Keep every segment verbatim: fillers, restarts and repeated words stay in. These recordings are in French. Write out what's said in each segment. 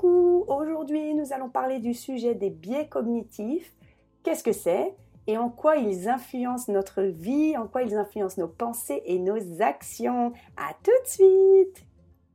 Coucou! Aujourd'hui, nous allons parler du sujet des biais cognitifs. Qu'est-ce que c'est et en quoi ils influencent notre vie, en quoi ils influencent nos pensées et nos actions. À tout de suite!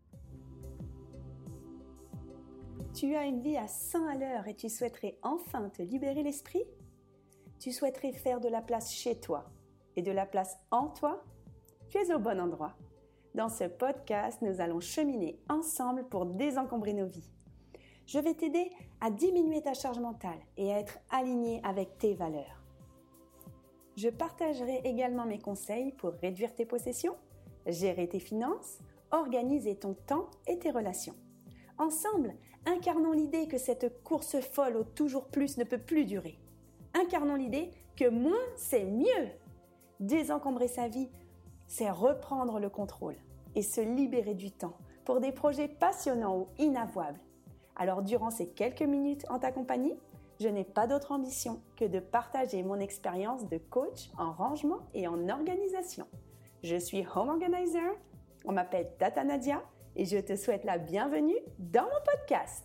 Tu as une vie à cent à l'heure et tu souhaiterais enfin te libérer l'esprit? Tu souhaiterais faire de la place chez toi et de la place en toi? Tu es au bon endroit. Dans ce podcast, nous allons cheminer ensemble pour désencombrer nos vies. Je vais t'aider à diminuer ta charge mentale et à être aligné avec tes valeurs. Je partagerai également mes conseils pour réduire tes possessions, gérer tes finances, organiser ton temps et tes relations. Ensemble, incarnons l'idée que cette course folle au toujours plus ne peut plus durer. Incarnons l'idée que moins, c'est mieux. Désencombrer sa vie, c'est reprendre le contrôle et se libérer du temps pour des projets passionnants ou inavouables. Alors, durant ces quelques minutes en ta compagnie, je n'ai pas d'autre ambition que de partager mon expérience de coach en rangement et en organisation. Je suis Home Organizer, on m'appelle Tata Nadia et je te souhaite la bienvenue dans mon podcast.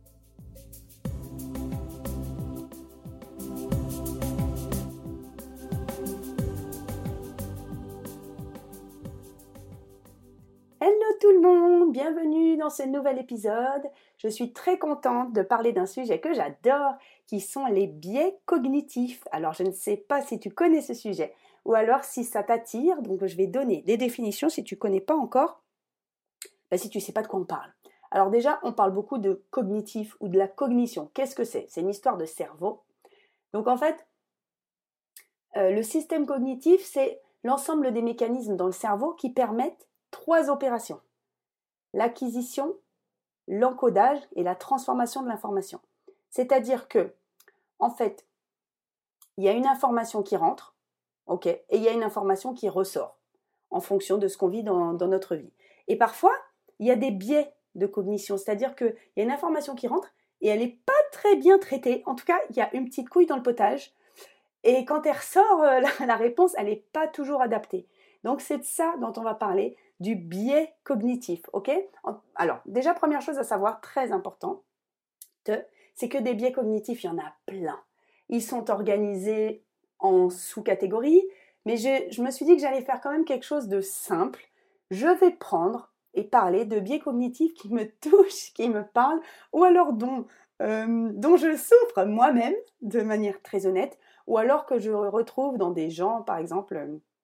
Hello tout le monde, bienvenue dans ce nouvel épisode. Je suis très contente de parler d'un sujet que j'adore, qui sont les biais cognitifs. Alors je ne sais pas si tu connais ce sujet ou alors si ça t'attire, donc je vais donner des définitions si tu ne connais pas encore, ben, si tu ne sais pas de quoi on parle. Alors déjà, on parle beaucoup de cognitif ou de la cognition. Qu'est-ce que c'est? C'est une histoire de cerveau. Donc en fait, euh, le système cognitif, c'est l'ensemble des mécanismes dans le cerveau qui permettent trois opérations: l'acquisition, l'encodage et la transformation de l'information. C'est-à-dire que, en fait, il y a une information qui rentre, ok, et il y a une information qui ressort en fonction de ce qu'on vit dans, dans notre vie. Et parfois, il y a des biais de cognition, c'est-à-dire qu'il y a une information qui rentre et elle n'est pas très bien traitée. En tout cas, il y a une petite couille dans le potage et quand elle ressort, la, la réponse, elle n'est pas toujours adaptée. Donc, c'est de ça dont on va parler, du biais cognitif, ok? Alors, déjà, première chose à savoir, très importante, c'est que des biais cognitifs, il y en a plein. Ils sont organisés en sous-catégories, mais je, je me suis dit que j'allais faire quand même quelque chose de simple. Je vais prendre et parler de biais cognitifs qui me touchent, qui me parlent, ou alors dont, euh, dont je souffre moi-même, de manière très honnête, ou alors que je retrouve dans des gens, par exemple,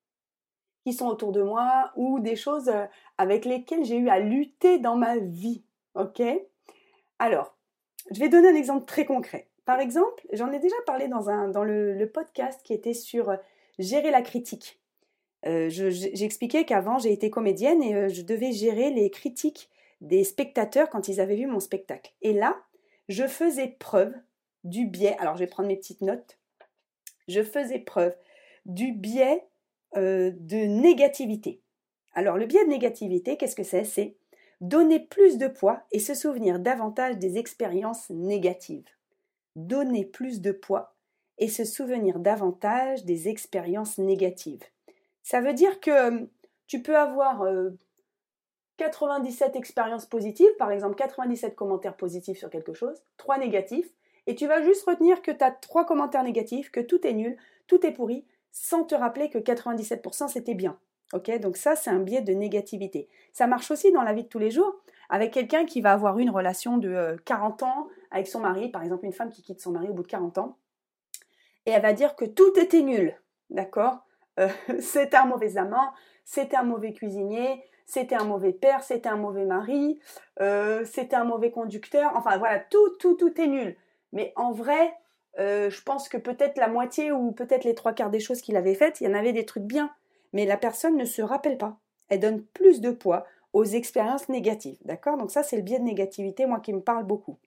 qui sont autour de moi, ou des choses avec lesquelles j'ai eu à lutter dans ma vie, ok? Alors, je vais donner un exemple très concret. Par exemple, j'en ai déjà parlé dans, un, dans le, le podcast qui était sur gérer la critique. Euh, je, j'expliquais qu'avant, j'ai été comédienne et euh, je devais gérer les critiques des spectateurs quand ils avaient vu mon spectacle. Et là, je faisais preuve du biais, alors je vais prendre mes petites notes, je faisais preuve du biais euh, de négativité. Alors, le biais de négativité, qu'est-ce que c'est? C'est donner plus de poids et se souvenir davantage des expériences négatives. Donner plus de poids et se souvenir davantage des expériences négatives. Ça veut dire que tu peux avoir euh, quatre-vingt-dix-sept expériences positives, par exemple quatre-vingt-dix-sept commentaires positifs sur quelque chose, trois négatifs, et tu vas juste retenir que tu as trois commentaires négatifs, que tout est nul, tout est pourri, sans te rappeler que quatre-vingt-dix-sept pour cent c'était bien. Okay, donc ça, c'est un biais de négativité. Ça marche aussi dans la vie de tous les jours, avec quelqu'un qui va avoir une relation de quarante ans avec son mari, par exemple une femme qui quitte son mari au bout de quarante ans, et elle va dire que tout était nul, d'accord? euh, C'était un mauvais amant, c'était un mauvais cuisinier, c'était un mauvais père, c'était un mauvais mari, euh, c'était un mauvais conducteur, enfin voilà, tout, tout, tout est nul. Mais en vrai, euh, je pense que peut-être la moitié ou peut-être les trois quarts des choses qu'il avait faites, il y en avait des trucs bien. Mais la personne ne se rappelle pas. Elle donne plus de poids aux expériences négatives. D'accord? Donc ça, c'est le biais de négativité, moi, qui me parle beaucoup.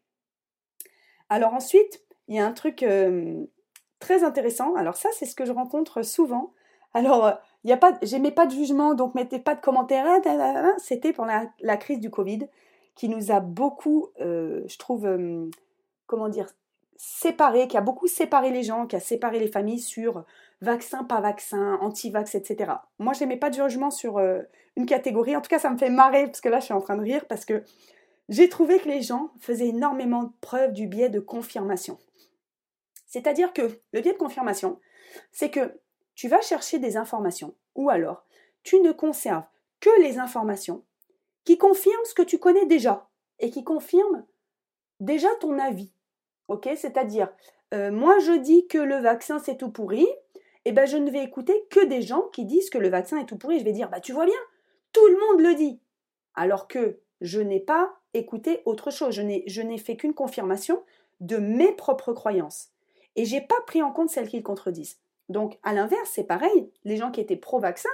Alors ensuite, il y a un truc euh, très intéressant. Alors ça, c'est ce que je rencontre souvent. Alors, il y a pas, j'aimais pas de jugement, donc mettez pas de commentaires. C'était pour la, la crise du Covid, qui nous a beaucoup, euh, je trouve, euh, comment dire, séparé, qui a beaucoup séparé les gens, qui a séparé les familles sur vaccin, pas vaccin, anti-vax, et cetera. Moi, je n'aimais pas de jugement sur euh, une catégorie. En tout cas, ça me fait marrer, parce que là, je suis en train de rire, parce que j'ai trouvé que les gens faisaient énormément preuve du biais de confirmation. C'est-à-dire que le biais de confirmation, c'est que tu vas chercher des informations, ou alors tu ne conserves que les informations qui confirment ce que tu connais déjà et qui confirment déjà ton avis. Ok, c'est-à-dire, euh, moi je dis que le vaccin c'est tout pourri, et ben je ne vais écouter que des gens qui disent que le vaccin est tout pourri. Je vais dire, bah tu vois bien, tout le monde le dit. Alors que je n'ai pas écouté autre chose, je n'ai, je n'ai fait qu'une confirmation de mes propres croyances. Et j'ai pas pris en compte celles qui le contredisent. Donc, à l'inverse, c'est pareil, les gens qui étaient pro-vaccin,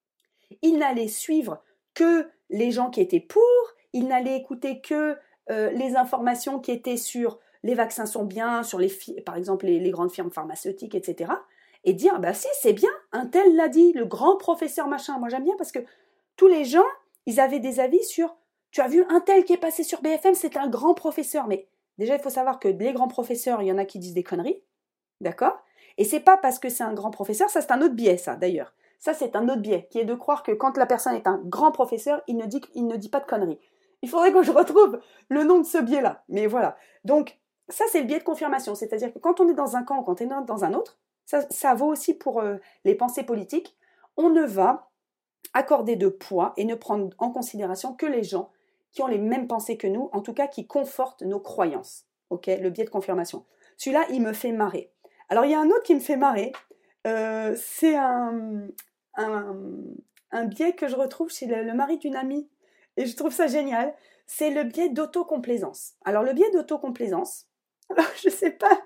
ils n'allaient suivre que les gens qui étaient pour, ils n'allaient écouter que euh, les informations qui étaient sur les vaccins sont bien, sur les, par exemple les, les grandes firmes pharmaceutiques, et cetera. Et dire, bah si, c'est bien, un tel l'a dit, le grand professeur machin. Moi j'aime bien parce que tous les gens, ils avaient des avis sur, tu as vu un tel qui est passé sur B F M, c'est un grand professeur. Mais déjà, il faut savoir que les grands professeurs, il y en a qui disent des conneries, d'accord? Et c'est pas parce que c'est un grand professeur, ça c'est un autre biais, ça d'ailleurs. Ça c'est un autre biais, qui est de croire que quand la personne est un grand professeur, il ne dit, il ne dit pas de conneries. Il faudrait que je retrouve le nom de ce biais-là. Mais voilà. Donc, ça c'est le biais de confirmation. C'est-à-dire que quand on est dans un camp ou quand on est dans un autre, ça, ça vaut aussi pour euh, les pensées politiques, on ne va accorder de poids et ne prendre en considération que les gens qui ont les mêmes pensées que nous, en tout cas qui confortent nos croyances. Ok, le biais de confirmation. Celui-là, il me fait marrer. Alors, il y a un autre qui me fait marrer. Euh, c'est un, un, un biais que je retrouve chez le, le mari d'une amie. Et je trouve ça génial. C'est le biais d'autocomplaisance. Alors, le biais d'autocomplaisance, alors, je ne sais pas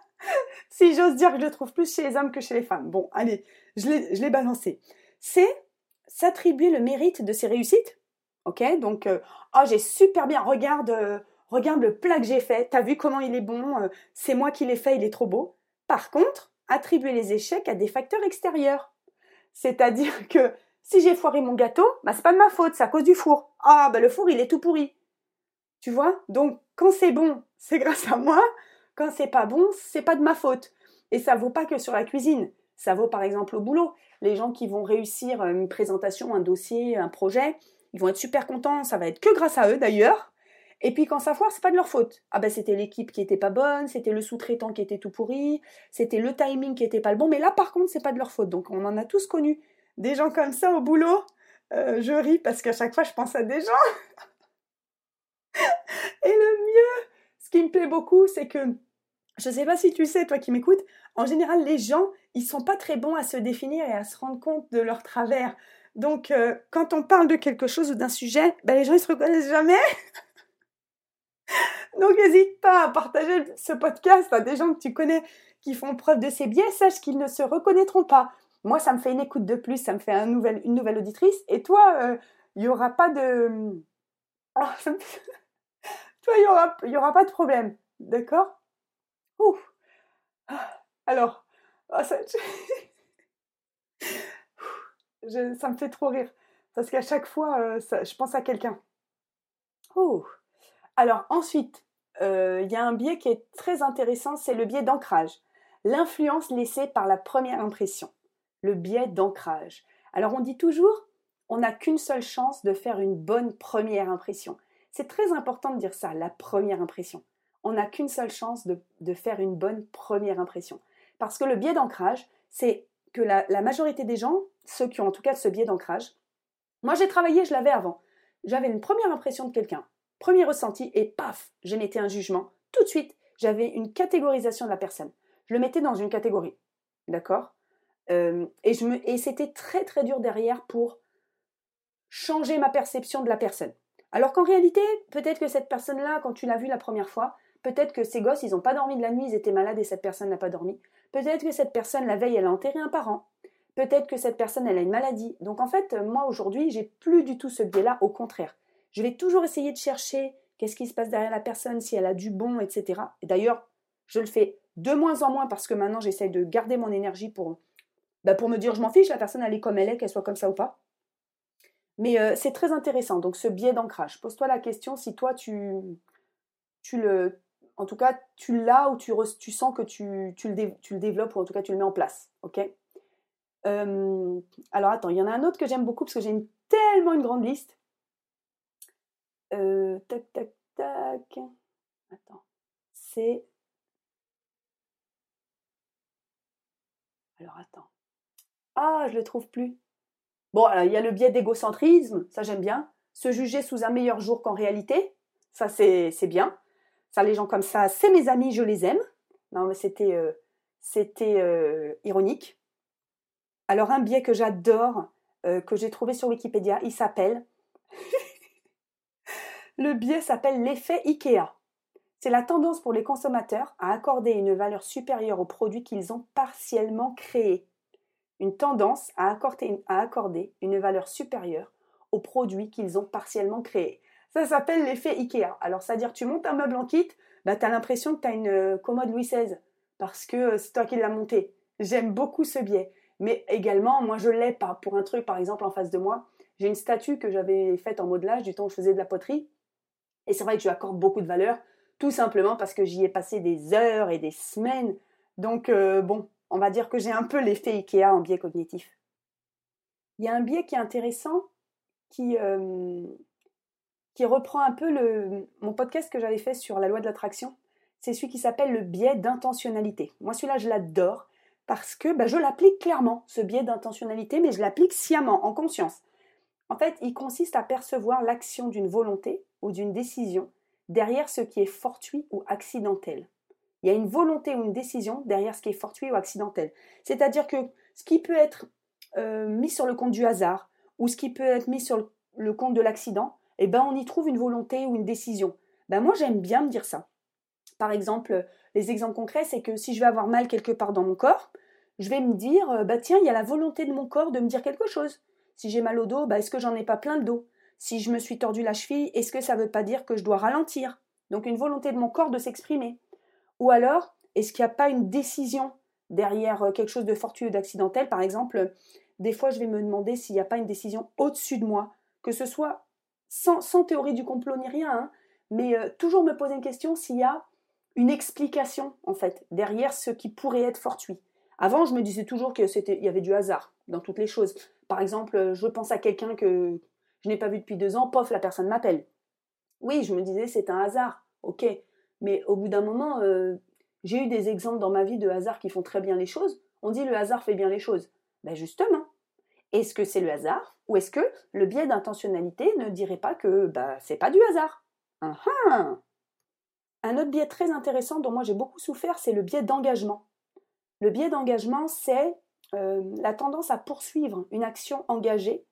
si j'ose dire que je le trouve plus chez les hommes que chez les femmes. Bon, allez, je l'ai, je l'ai balancé. C'est s'attribuer le mérite de ses réussites. Ok, donc, euh, oh, j'ai super bien, regarde, euh, regarde le plat que j'ai fait, t'as vu comment il est bon, euh, c'est moi qui l'ai fait, il est trop beau. Par contre, attribuer les échecs à des facteurs extérieurs. C'est-à-dire que si j'ai foiré mon gâteau, bah, c'est pas de ma faute, c'est à cause du four. Ah, bah, le four, il est tout pourri. Tu vois? Donc, quand c'est bon, c'est grâce à moi. Quand c'est pas bon, c'est pas de ma faute. Et ça vaut pas que sur la cuisine. Ça vaut par exemple au boulot. Les gens qui vont réussir une présentation, un dossier, un projet, ils vont être super contents. Ça va être que grâce à eux d'ailleurs. Et puis quand ça foire, c'est pas de leur faute. Ah ben c'était l'équipe qui était pas bonne, c'était le sous-traitant qui était tout pourri, c'était le timing qui était pas le bon. Mais là par contre, c'est pas de leur faute. Donc on en a tous connu des gens comme ça au boulot. Euh, je ris parce qu'à chaque fois je pense à des gens. Et le mieux, ce qui me plaît beaucoup, c'est que, je ne sais pas si tu sais, toi qui m'écoutes, en général, les gens, ils sont pas très bons à se définir et à se rendre compte de leur travers. Donc, euh, quand on parle de quelque chose ou d'un sujet, ben, les gens, ils se reconnaissent jamais. Donc, n'hésite pas à partager ce podcast à des gens que tu connais qui font preuve de ces biais. Sache qu'ils ne se reconnaîtront pas. Moi, ça me fait une écoute de plus, ça me fait un nouvel, une nouvelle auditrice. Et toi, il euh, n'y aura pas de... Oh, ça me... Toi, il n'y aura, y aura pas de problème. D'accord? Ouh. Alors, oh, ça... Je... ça me fait trop rire. Parce qu'à chaque fois, euh, ça... je pense à quelqu'un. Ouh. Alors, ensuite, il euh, y a un biais qui est très intéressant, c'est le biais d'ancrage. L'influence laissée par la première impression. Le biais d'ancrage. Alors, on dit toujours, on n'a qu'une seule chance de faire une bonne première impression. C'est très important de dire ça, la première impression. On n'a qu'une seule chance de, de faire une bonne première impression. Parce que le biais d'ancrage, c'est que la, la majorité des gens, ceux qui ont en tout cas ce biais d'ancrage, moi j'ai travaillé, je l'avais avant. J'avais une première impression de quelqu'un, premier ressenti, et paf, j'émettais un jugement. Tout de suite, j'avais une catégorisation de la personne. Je le mettais dans une catégorie, d'accord euh, et, je me, et c'était très très dur derrière pour changer ma perception de la personne. Alors qu'en réalité, peut-être que cette personne-là, quand tu l'as vue la première fois, peut-être que ces gosses, ils n'ont pas dormi de la nuit, ils étaient malades et cette personne n'a pas dormi. Peut-être que cette personne, la veille, elle a enterré un parent. Peut-être que cette personne, elle a une maladie. Donc en fait, moi aujourd'hui, j'ai plus du tout ce biais-là, au contraire. Je vais toujours essayer de chercher qu'est-ce qui se passe derrière la personne, si elle a du bon, et cetera. Et d'ailleurs, je le fais de moins en moins parce que maintenant, j'essaie de garder mon énergie pour, bah pour me dire, je m'en fiche, la personne, elle est comme elle est, qu'elle soit comme ça ou pas. Mais euh, c'est très intéressant, donc ce biais d'ancrage. Pose-toi la question si toi, tu, tu le... En tout cas, tu l'as ou tu, re, tu sens que tu, tu, le dé, tu le développes ou en tout cas, tu le mets en place. Ok euh, alors, attends, il y en a un autre que j'aime beaucoup parce que j'ai une, tellement une grande liste. Euh, tac, tac, tac. Attends. C'est... Alors, attends. Ah, je le trouve plus. Bon, alors, il y a le biais d'égocentrisme, ça j'aime bien. Se juger sous un meilleur jour qu'en réalité, ça c'est, c'est bien. Ça, les gens comme ça, c'est mes amis, je les aime. Non, mais c'était, euh, c'était euh, ironique. Alors, un biais que j'adore, euh, que j'ai trouvé sur Wikipédia, il s'appelle... le biais s'appelle l'effet Ikea. C'est la tendance pour les consommateurs à accorder une valeur supérieure aux produits qu'ils ont partiellement créés. Une tendance à accorder, à accorder une valeur supérieure aux produits qu'ils ont partiellement créés. Ça s'appelle l'effet Ikea. Alors, c'est-à-dire que tu montes un meuble en kit, bah, tu as l'impression que tu as une euh, commode Louis seize, parce que euh, c'est toi qui l'as monté. J'aime beaucoup ce biais. Mais également, moi, je l'ai pas. Pour un truc, par exemple, en face de moi, j'ai une statue que j'avais faite en modelage du temps où je faisais de la poterie. Et c'est vrai que je lui accorde beaucoup de valeur, tout simplement parce que j'y ai passé des heures et des semaines. Donc, euh, bon, on va dire que j'ai un peu l'effet Ikea en biais cognitif. Il y a un biais qui est intéressant, qui, euh, qui reprend un peu le, mon podcast que j'avais fait sur la loi de l'attraction. C'est celui qui s'appelle le biais d'intentionnalité. Moi, celui-là, je l'adore parce que bah, je l'applique clairement, ce biais d'intentionnalité, mais je l'applique sciemment, en conscience. En fait, il consiste à percevoir l'action d'une volonté ou d'une décision derrière ce qui est fortuit ou accidentel. Il y a une volonté ou une décision derrière ce qui est fortuit ou accidentel. C'est-à-dire que ce qui peut être euh, mis sur le compte du hasard ou ce qui peut être mis sur le, le compte de l'accident, eh ben, on y trouve une volonté ou une décision. Ben, moi, j'aime bien me dire ça. Par exemple, les exemples concrets, c'est que si je vais avoir mal quelque part dans mon corps, je vais me dire, bah tiens, il y a la volonté de mon corps de me dire quelque chose. Si j'ai mal au dos, bah, est-ce que j'en ai pas plein le dos? Si je me suis tordu la cheville, est-ce que ça ne veut pas dire que je dois ralentir? Donc une volonté de mon corps de s'exprimer. Ou alors, est-ce qu'il n'y a pas une décision derrière quelque chose de fortuit ou d'accidentel? Par exemple, des fois, je vais me demander s'il n'y a pas une décision au-dessus de moi, que ce soit sans, sans théorie du complot ni rien, hein, mais euh, toujours me poser une question s'il y a une explication, en fait, derrière ce qui pourrait être fortuit. Avant, je me disais toujours qu'il y avait du hasard dans toutes les choses. Par exemple, je pense à quelqu'un que je n'ai pas vu depuis deux ans, pof, la personne m'appelle. Oui, je me disais, c'est un hasard, ok. Mais au bout d'un moment, euh, j'ai eu des exemples dans ma vie de hasard qui font très bien les choses. On dit le hasard fait bien les choses. Ben justement, est-ce que c'est le hasard ou est-ce que le biais d'intentionnalité ne dirait pas que ben, c'est pas du hasard? uh-huh. Un autre biais très intéressant dont moi j'ai beaucoup souffert, c'est le biais d'engagement. Le biais d'engagement, c'est euh, la tendance à poursuivre une action engagée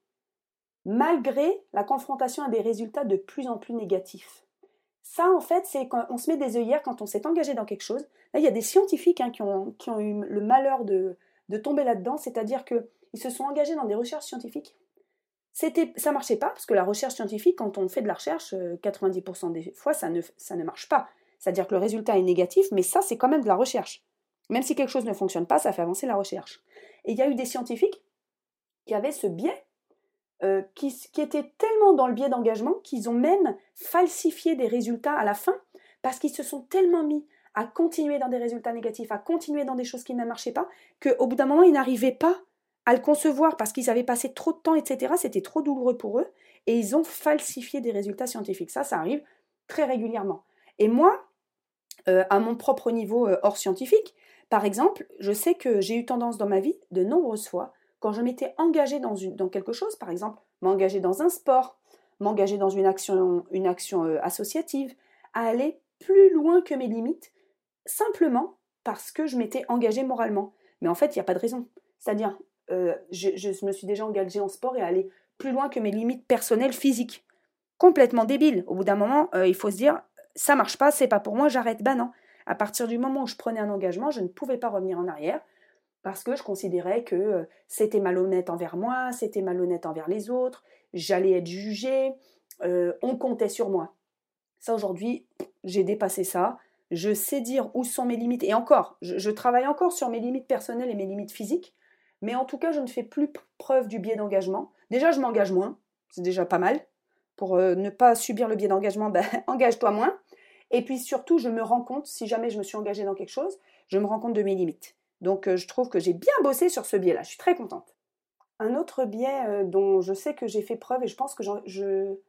malgré la confrontation à des résultats de plus en plus négatifs. Ça, en fait, c'est quand on se met des œillères quand on s'est engagé dans quelque chose. Là, il y a des scientifiques hein, qui, ont, qui ont eu le malheur de, de tomber là-dedans, c'est-à-dire qu'ils se sont engagés dans des recherches scientifiques. C'était, ça ne marchait pas, parce que la recherche scientifique, quand on fait de la recherche, quatre-vingt-dix pour cent des fois, ça ne, ça ne marche pas. C'est-à-dire que le résultat est négatif, mais ça, c'est quand même de la recherche. Même si quelque chose ne fonctionne pas, ça fait avancer la recherche. Et il y a eu des scientifiques qui avaient ce biais, euh, qui, qui étaient tellement dans le biais d'engagement qu'ils ont même falsifié des résultats à la fin, parce qu'ils se sont tellement mis à continuer dans des résultats négatifs, à continuer dans des choses qui ne marchaient pas, qu'au bout d'un moment, ils n'arrivaient pas à le concevoir parce qu'ils avaient passé trop de temps, et cetera. C'était trop douloureux pour eux, et ils ont falsifié des résultats scientifiques. Ça, ça arrive très régulièrement. Et moi, euh, à mon propre niveau euh, hors scientifique, par exemple, je sais que j'ai eu tendance dans ma vie, de nombreuses fois, quand je m'étais engagée dans, une, dans quelque chose, par exemple, m'engager dans un sport, m'engager dans une action, une action euh, associative, à aller plus loin que mes limites, simplement parce que je m'étais engagée moralement. Mais en fait, il n'y a pas de raison. C'est-à-dire, euh, je, je me suis déjà engagée en sport et aller plus loin que mes limites personnelles physiques. Complètement débile. Au bout d'un moment, euh, il faut se dire, ça marche pas, c'est pas pour moi, j'arrête. Ben non. À partir du moment où je prenais un engagement, je ne pouvais pas revenir en arrière parce que je considérais que euh, c'était malhonnête envers moi, c'était malhonnête envers les autres, j'allais être jugée, euh, on comptait sur moi. Ça, aujourd'hui, j'ai dépassé ça. Je sais dire où sont mes limites. Et encore, je, je travaille encore sur mes limites personnelles et mes limites physiques, mais en tout cas, je ne fais plus preuve du biais d'engagement. Déjà, je m'engage moins, c'est déjà pas mal. Pour euh, ne pas subir le biais d'engagement, ben, engage-toi moins. Et puis surtout, je me rends compte, si jamais je me suis engagée dans quelque chose, je me rends compte de mes limites. Donc euh, je trouve que j'ai bien bossé sur ce biais-là, je suis très contente. Un autre biais euh, dont je sais que j'ai fait preuve, et je pense que j'en, je,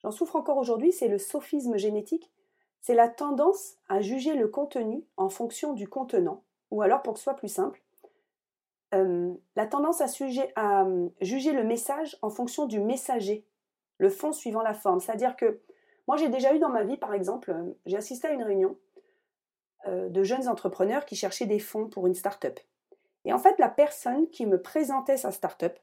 j'en souffre encore aujourd'hui, c'est le sophisme génétique. C'est la tendance à juger le contenu en fonction du contenant. Ou alors, pour que ce soit plus simple, euh, la tendance à, sujet, à euh, juger le message en fonction du messager, le fond suivant la forme. C'est-à-dire que moi, j'ai déjà eu dans ma vie, par exemple, euh, j'ai assisté à une réunion euh, de jeunes entrepreneurs qui cherchaient des fonds pour une start-up. Et en fait, la personne qui me présentait sa start-up,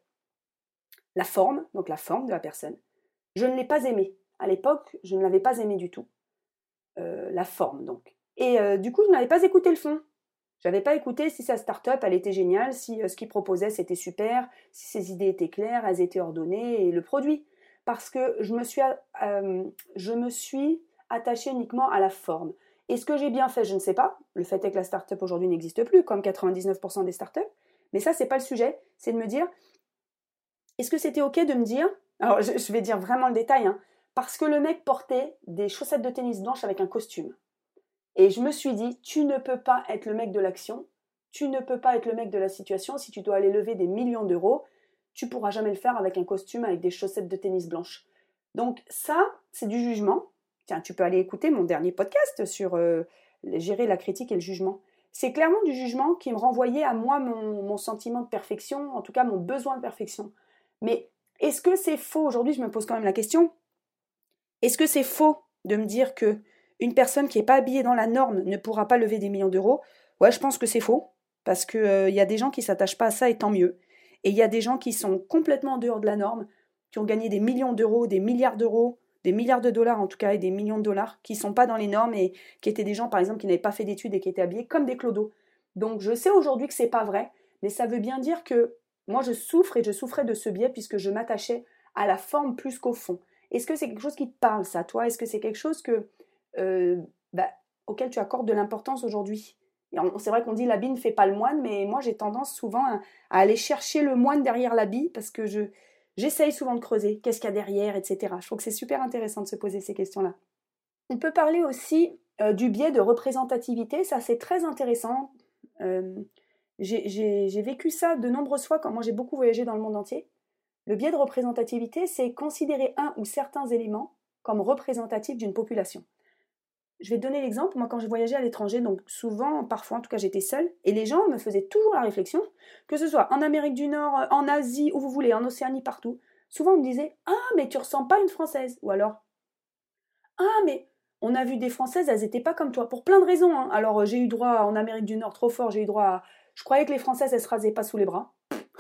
la forme, donc la forme de la personne, je ne l'ai pas aimée. À l'époque, je ne l'avais pas aimée du tout. Euh, la forme, donc. Et euh, du coup, je n'avais pas écouté le fond. Je n'avais pas écouté si sa start-up, elle était géniale, si euh, ce qu'il proposait, c'était super, si ses idées étaient claires, elles étaient ordonnées, et le produit. Parce que je me suis, euh, je me suis attachée uniquement à la forme. Et ce que j'ai bien fait, je ne sais pas. Le fait est que la start-up aujourd'hui n'existe plus, comme quatre-vingt-dix-neuf pour cent des start-up. Mais ça, c'est pas le sujet. C'est de me dire, est-ce que c'était OK de me dire, alors je, je vais dire vraiment le détail, hein, parce que le mec portait des chaussettes de tennis blanches avec un costume. Et je me suis dit, tu ne peux pas être le mec de l'action, tu ne peux pas être le mec de la situation. Si tu dois aller lever des millions d'euros, tu pourras jamais le faire avec un costume, avec des chaussettes de tennis blanches. Donc ça, c'est du jugement. Tiens, tu peux aller écouter mon dernier podcast sur euh, gérer la critique et le jugement. C'est clairement du jugement qui me renvoyait à moi mon, mon sentiment de perfection, en tout cas mon besoin de perfection. Mais est-ce que c'est faux? Aujourd'hui, je me pose quand même la question. Est-ce que c'est faux de me dire que une personne qui n'est pas habillée dans la norme ne pourra pas lever des millions d'euros? Ouais, je pense que c'est faux, parce qu'il euh, y a des gens qui ne s'attachent pas à ça, et tant mieux. Et il y a des gens qui sont complètement en dehors de la norme, qui ont gagné des millions d'euros, des milliards d'euros, des milliards de dollars en tout cas, et des millions de dollars, qui ne sont pas dans les normes, et qui étaient des gens, par exemple, qui n'avaient pas fait d'études et qui étaient habillés comme des clodos. Donc je sais aujourd'hui que ce n'est pas vrai, mais ça veut bien dire que moi je souffre, et je souffrais de ce biais, puisque je m'attachais à la forme plus qu'au fond. Est-ce que c'est quelque chose qui te parle, ça, toi? Est-ce que c'est quelque chose que, euh, bah, auquel tu accordes de l'importance aujourd'hui? Et on- c'est vrai qu'on dit l'habit ne fait pas le moine, mais moi j'ai tendance souvent à, à aller chercher le moine derrière l'habit, parce que je, j'essaye souvent de creuser, qu'est-ce qu'il y a derrière, et cetera. Je trouve que c'est super intéressant de se poser ces questions-là. On peut parler aussi euh, du biais de représentativité, ça c'est très intéressant. Euh, j'ai, j'ai- j'ai vécu ça de nombreuses fois quand moi j'ai beaucoup voyagé dans le monde entier. Le biais de représentativité, c'est considérer un ou certains éléments comme représentatifs d'une population. Je vais te donner l'exemple, moi quand je voyageais à l'étranger, donc souvent, parfois en tout cas j'étais seule, et les gens me faisaient toujours la réflexion, que ce soit en Amérique du Nord, en Asie, où vous voulez, en Océanie, partout, souvent on me disait « Ah, mais tu ressembles pas à une Française » ou alors « Ah, mais on a vu des Françaises, elles étaient pas comme toi », pour plein de raisons. Hein. Alors j'ai eu droit en Amérique du Nord, trop fort, j'ai eu droit à... Je croyais que les Françaises, elles se rasaient pas sous les bras.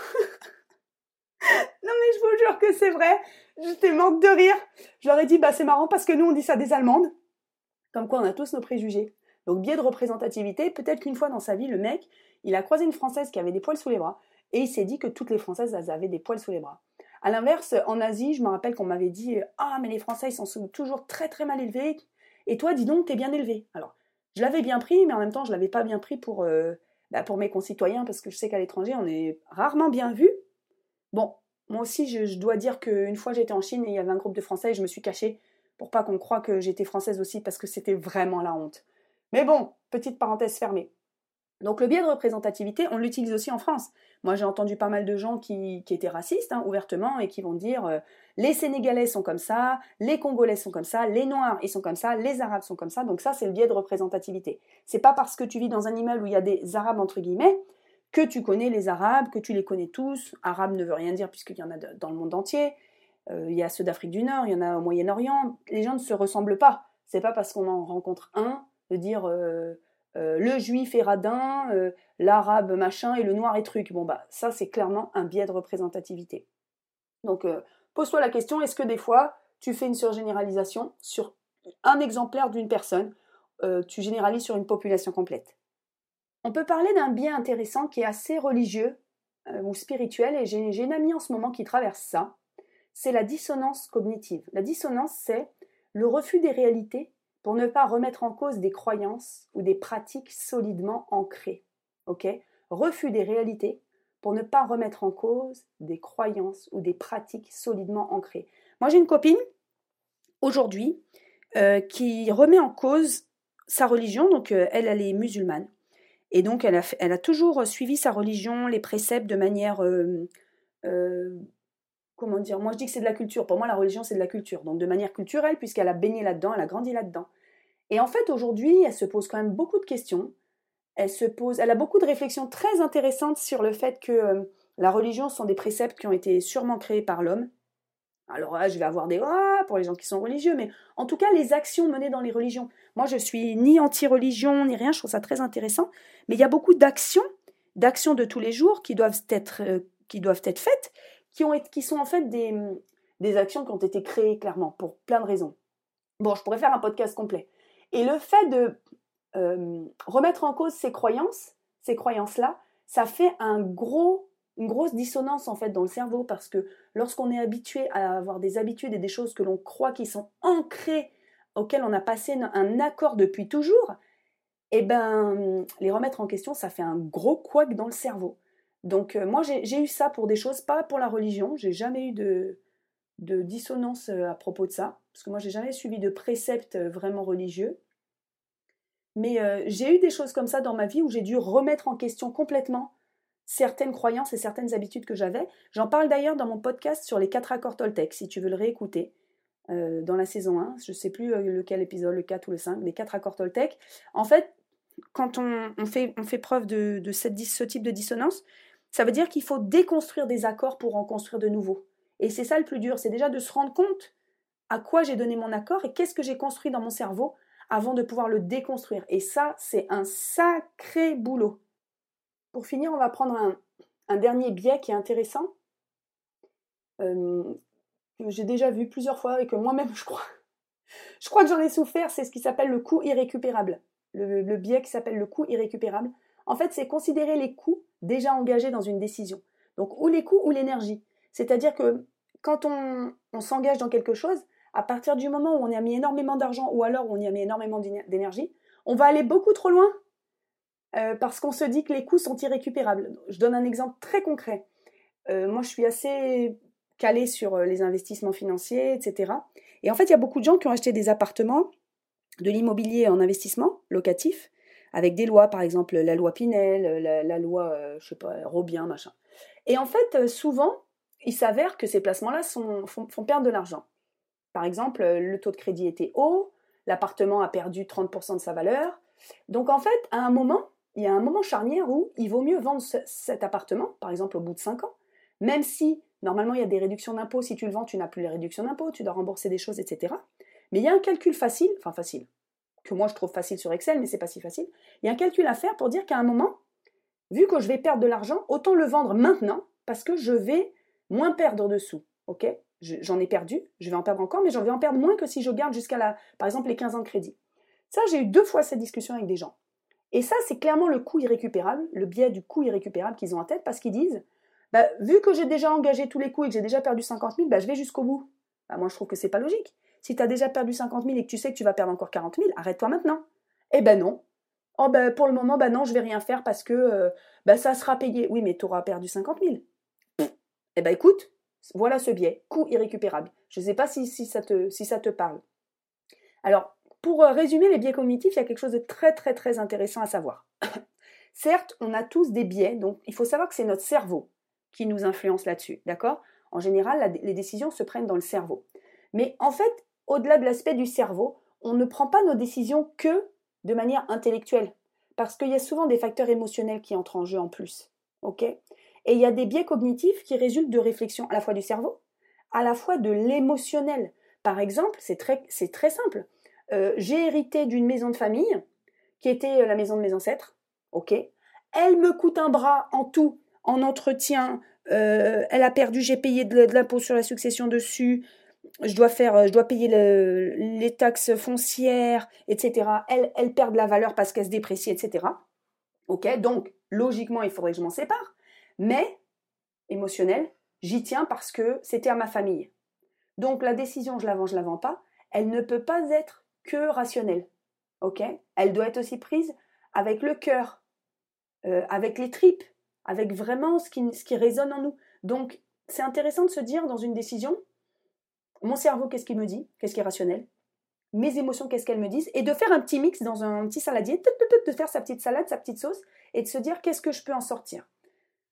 Non mais je vous jure que c'est vrai, j'étais morte de rire. Je leur ai dit, bah c'est marrant parce que nous on dit ça des Allemandes. Comme quoi on a tous nos préjugés. Donc biais de représentativité, peut-être qu'une fois dans sa vie, le mec, il a croisé une Française qui avait des poils sous les bras, et il s'est dit que toutes les Françaises, elles avaient des poils sous les bras. À l'inverse, en Asie, je me rappelle qu'on m'avait dit, ah mais les Français, ils sont toujours très très mal élevés, et toi, dis donc, t'es bien élevé. Alors, je l'avais bien pris, mais en même temps, je l'avais pas bien pris pour, euh, bah, pour mes concitoyens, parce que je sais qu'à l'étranger, on est rarement bien vu. Bon, moi aussi, je, je dois dire qu'une fois, j'étais en Chine, et il y avait un groupe de Français, et je me suis cachée, pour pas qu'on croie que j'étais française aussi, parce que c'était vraiment la honte. Mais bon, petite parenthèse fermée. Donc le biais de représentativité, on l'utilise aussi en France. Moi j'ai entendu pas mal de gens qui, qui étaient racistes, hein, ouvertement, et qui vont dire euh, les Sénégalais sont comme ça, les Congolais sont comme ça, les Noirs ils sont comme ça, les Arabes sont comme ça, donc ça c'est le biais de représentativité. C'est pas parce que tu vis dans un immeuble où il y a des Arabes entre guillemets, que tu connais les Arabes, que tu les connais tous. Arabe ne veut rien dire puisqu'il y en a de, dans le monde entier. Euh, il y a ceux d'Afrique du Nord, il y en a au Moyen-Orient. Les gens ne se ressemblent pas. C'est pas parce qu'on en rencontre un de dire euh, euh, le juif est radin, euh, l'arabe machin et le noir est truc. Bon bah ça c'est clairement un biais de représentativité. Donc euh, pose-toi la question, est-ce que des fois tu fais une surgénéralisation sur un exemplaire d'une personne, euh, tu généralises sur une population complète? On peut parler d'un biais intéressant qui est assez religieux euh, ou spirituel, et j'ai, j'ai une amie en ce moment qui traverse ça. C'est la dissonance cognitive. La dissonance, c'est le refus des réalités pour ne pas remettre en cause des croyances ou des pratiques solidement ancrées. Ok ? Refus des réalités pour ne pas remettre en cause des croyances ou des pratiques solidement ancrées. Moi, j'ai une copine, aujourd'hui, euh, qui remet en cause sa religion. Donc, euh, elle, elle est musulmane. Et donc, elle a, elle a toujours suivi sa religion, les préceptes de manière... Euh, euh, comment dire, moi je dis que c'est de la culture. Pour moi, la religion, c'est de la culture. Donc de manière culturelle, puisqu'elle a baigné là-dedans, elle a grandi là-dedans. Et en fait, aujourd'hui, elle se pose quand même beaucoup de questions. Elle se pose, elle a beaucoup de réflexions très intéressantes sur le fait que euh, la religion sont des préceptes qui ont été sûrement créés par l'homme. Alors là, je vais avoir des ah pour les gens qui sont religieux, mais en tout cas, les actions menées dans les religions. Moi, je suis ni anti-religion, ni rien, je trouve ça très intéressant. Mais il y a beaucoup d'actions, d'actions de tous les jours qui doivent être, euh, qui doivent être faites, qui, ont été, qui sont en fait des, des actions qui ont été créées, clairement, pour plein de raisons. Bon, je pourrais faire un podcast complet. Et le fait de euh, remettre en cause ces croyances, ces croyances-là, ça fait un gros... une grosse dissonance en fait dans le cerveau parce que lorsqu'on est habitué à avoir des habitudes et des choses que l'on croit qui sont ancrées, auxquelles on a passé un accord depuis toujours, et ben les remettre en question, ça fait un gros couac dans le cerveau. Donc euh, moi j'ai, j'ai eu ça pour des choses, pas pour la religion, j'ai jamais eu de, de dissonance à propos de ça, parce que moi j'ai jamais suivi de préceptes vraiment religieux. Mais euh, j'ai eu des choses comme ça dans ma vie où j'ai dû remettre en question complètement certaines croyances et certaines habitudes que j'avais. J'en parle d'ailleurs dans mon podcast sur les quatre accords Toltec, si tu veux le réécouter, euh, dans la saison un, je ne sais plus lequel épisode, le quatre ou le cinq, les quatre accords Toltec. En fait, quand on, on, fait, on fait preuve de, de cette, ce type de dissonance, ça veut dire qu'il faut déconstruire des accords pour en construire de nouveaux. Et c'est ça le plus dur, c'est déjà de se rendre compte à quoi j'ai donné mon accord et qu'est-ce que j'ai construit dans mon cerveau avant de pouvoir le déconstruire. Et ça, c'est un sacré boulot. Pour finir, on va prendre un, un dernier biais qui est intéressant, euh, que j'ai déjà vu plusieurs fois et que moi-même, je crois, je crois que j'en ai souffert, c'est ce qui s'appelle le coût irrécupérable. Le, le biais qui s'appelle le coût irrécupérable. En fait, c'est considérer les coûts déjà engagés dans une décision. Donc, ou les coûts ou l'énergie. C'est-à-dire que quand on, on s'engage dans quelque chose, à partir du moment où on y a mis énormément d'argent ou alors où on y a mis énormément d'énergie, on va aller beaucoup trop loin. Euh, parce qu'on se dit que les coûts sont irrécupérables. Je donne un exemple très concret. Euh, moi, je suis assez calée sur les investissements financiers, et cetera. Et en fait, il y a beaucoup de gens qui ont acheté des appartements, de l'immobilier en investissement locatif, avec des lois, par exemple la loi Pinel, la, la loi, euh, je sais pas, Robien, machin. Et en fait, souvent, il s'avère que ces placements-là sont, font, font perdre de l'argent. Par exemple, le taux de crédit était haut, l'appartement a perdu trente pour cent de sa valeur. Donc en fait, à un moment, il y a un moment charnière où il vaut mieux vendre ce, cet appartement, par exemple au bout de cinq ans, même si normalement il y a des réductions d'impôts, si tu le vends, tu n'as plus les réductions d'impôts, tu dois rembourser des choses, et cetera. Mais il y a un calcul facile, enfin facile, que moi je trouve facile sur Excel, mais c'est pas si facile. Il y a un calcul à faire pour dire qu'à un moment, vu que je vais perdre de l'argent, autant le vendre maintenant, parce que je vais moins perdre de sous, ok ? J'en ai perdu, je vais en perdre encore, mais j'en vais en perdre moins que si je garde jusqu'à, la, par exemple, les quinze ans de crédit. Ça, j'ai eu deux fois cette discussion avec des gens. Et ça, c'est clairement le coût irrécupérable, le biais du coût irrécupérable qu'ils ont en tête, parce qu'ils disent, bah, vu que j'ai déjà engagé tous les coûts et que j'ai déjà perdu cinquante mille, bah, je vais jusqu'au bout. Bah, moi, je trouve que c'est pas logique. Si tu as déjà perdu cinquante mille et que tu sais que tu vas perdre encore quarante mille, arrête-toi maintenant. Eh ben non. Oh ben, pour le moment, bah non, je vais rien faire parce que euh, bah, ça sera payé. Oui, mais tu auras perdu cinquante mille. Eh ben écoute, voilà ce biais, coût irrécupérable. Je ne sais pas si, si, ça te, si ça te parle. Alors, pour résumer les biais cognitifs, il y a quelque chose de très très très intéressant à savoir. Certes, on a tous des biais, donc il faut savoir que c'est notre cerveau qui nous influence là-dessus, d'accord ? En général, la, les décisions se prennent dans le cerveau. Mais en fait, au-delà de l'aspect du cerveau, on ne prend pas nos décisions que de manière intellectuelle, parce qu'il y a souvent des facteurs émotionnels qui entrent en jeu en plus, ok ? Et il y a des biais cognitifs qui résultent de réflexions à la fois du cerveau, à la fois de l'émotionnel. Par exemple, c'est très, c'est très simple. Euh, j'ai hérité d'une maison de famille qui était la maison de mes ancêtres. Ok. Elle me coûte un bras en tout, en entretien. Euh, elle a perdu, j'ai payé de, de l'impôt sur la succession dessus. Je dois faire, je dois payer le, les taxes foncières, et cetera. Elle, elle perd de la valeur parce qu'elle se déprécie, et cetera. Ok. Donc, logiquement, il faudrait que je m'en sépare. Mais, émotionnel, j'y tiens parce que c'était à ma famille. Donc, la décision, je la vends, je la vends pas, elle ne peut pas être que rationnelle. Ok ? Elle doit être aussi prise avec le cœur, euh, avec les tripes, avec vraiment ce qui, ce qui résonne en nous. Donc, c'est intéressant de se dire dans une décision, mon cerveau, qu'est-ce qu'il me dit ? Qu'est-ce qui est rationnel ? Mes émotions, qu'est-ce qu'elles me disent ? Et de faire un petit mix dans un petit saladier, de faire sa petite salade, sa petite sauce, et de se dire, qu'est-ce que je peux en sortir ?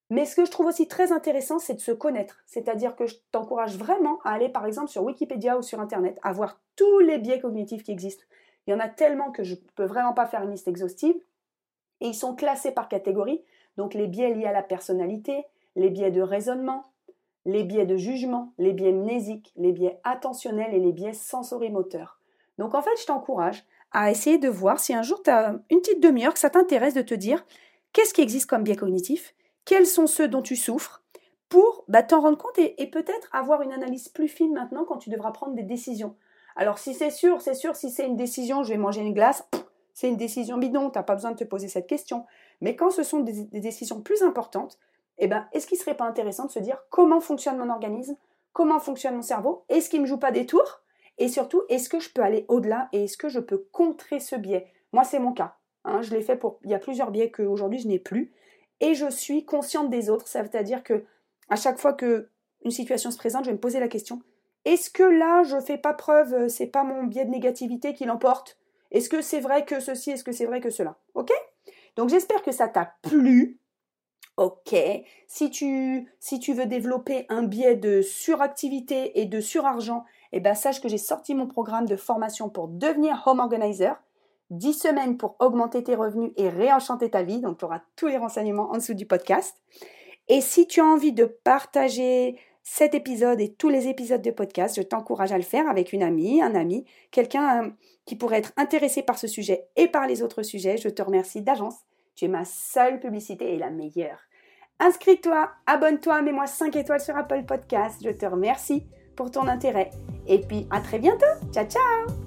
Mais ce que je trouve aussi très intéressant, c'est de se connaître. C'est-à-dire que je t'encourage vraiment à aller, par exemple, sur Wikipédia ou sur Internet, à voir tous les biais cognitifs qui existent. Il y en a tellement que je ne peux vraiment pas faire une liste exhaustive. Et ils sont classés par catégorie. Donc les biais liés à la personnalité, les biais de raisonnement, les biais de jugement, les biais mnésiques, les biais attentionnels et les biais sensorimoteurs. Donc en fait, je t'encourage à essayer de voir si un jour tu as une petite demi-heure que ça t'intéresse de te dire qu'est-ce qui existe comme biais cognitif, quels sont ceux dont tu souffres, pour bah, t'en rendre compte et, et peut-être avoir une analyse plus fine maintenant quand tu devras prendre des décisions. Alors si c'est sûr, c'est sûr, si c'est une décision, je vais manger une glace, pff, c'est une décision bidon, tu n'as pas besoin de te poser cette question. Mais quand ce sont des, des décisions plus importantes, eh ben, est-ce qu'il ne serait pas intéressant de se dire comment fonctionne mon organisme, comment fonctionne mon cerveau, est-ce qu'il ne me joue pas des tours, et surtout, est-ce que je peux aller au-delà et est-ce que je peux contrer ce biais? Moi, c'est mon cas. Hein, je l'ai fait pour... Il y a plusieurs biais qu'aujourd'hui, je n'ai plus. Et je suis consciente des autres. Ça veut dire que à chaque fois qu'une situation se présente, je vais me poser la question, est-ce que là, je ne fais pas preuve, c'est pas mon biais de négativité qui l'emporte? Est-ce que c'est vrai que ceci, est-ce que c'est vrai que cela? Ok? Donc, j'espère que ça t'a plu. Ok, si tu, si tu veux développer un biais de suractivité et de surargent, eh ben sache que j'ai sorti mon programme de formation pour devenir home organizer. dix semaines pour augmenter tes revenus et réenchanter ta vie. Donc, tu auras tous les renseignements en dessous du podcast. Et si tu as envie de partager cet épisode et tous les épisodes de podcast, je t'encourage à le faire avec une amie, un ami, quelqu'un qui pourrait être intéressé par ce sujet et par les autres sujets. Je te remercie d'avance. Tu es ma seule publicité et la meilleure. Inscris-toi, abonne-toi, mets-moi cinq étoiles sur Apple Podcast. Je te remercie pour ton intérêt. Et puis, à très bientôt. Ciao, ciao!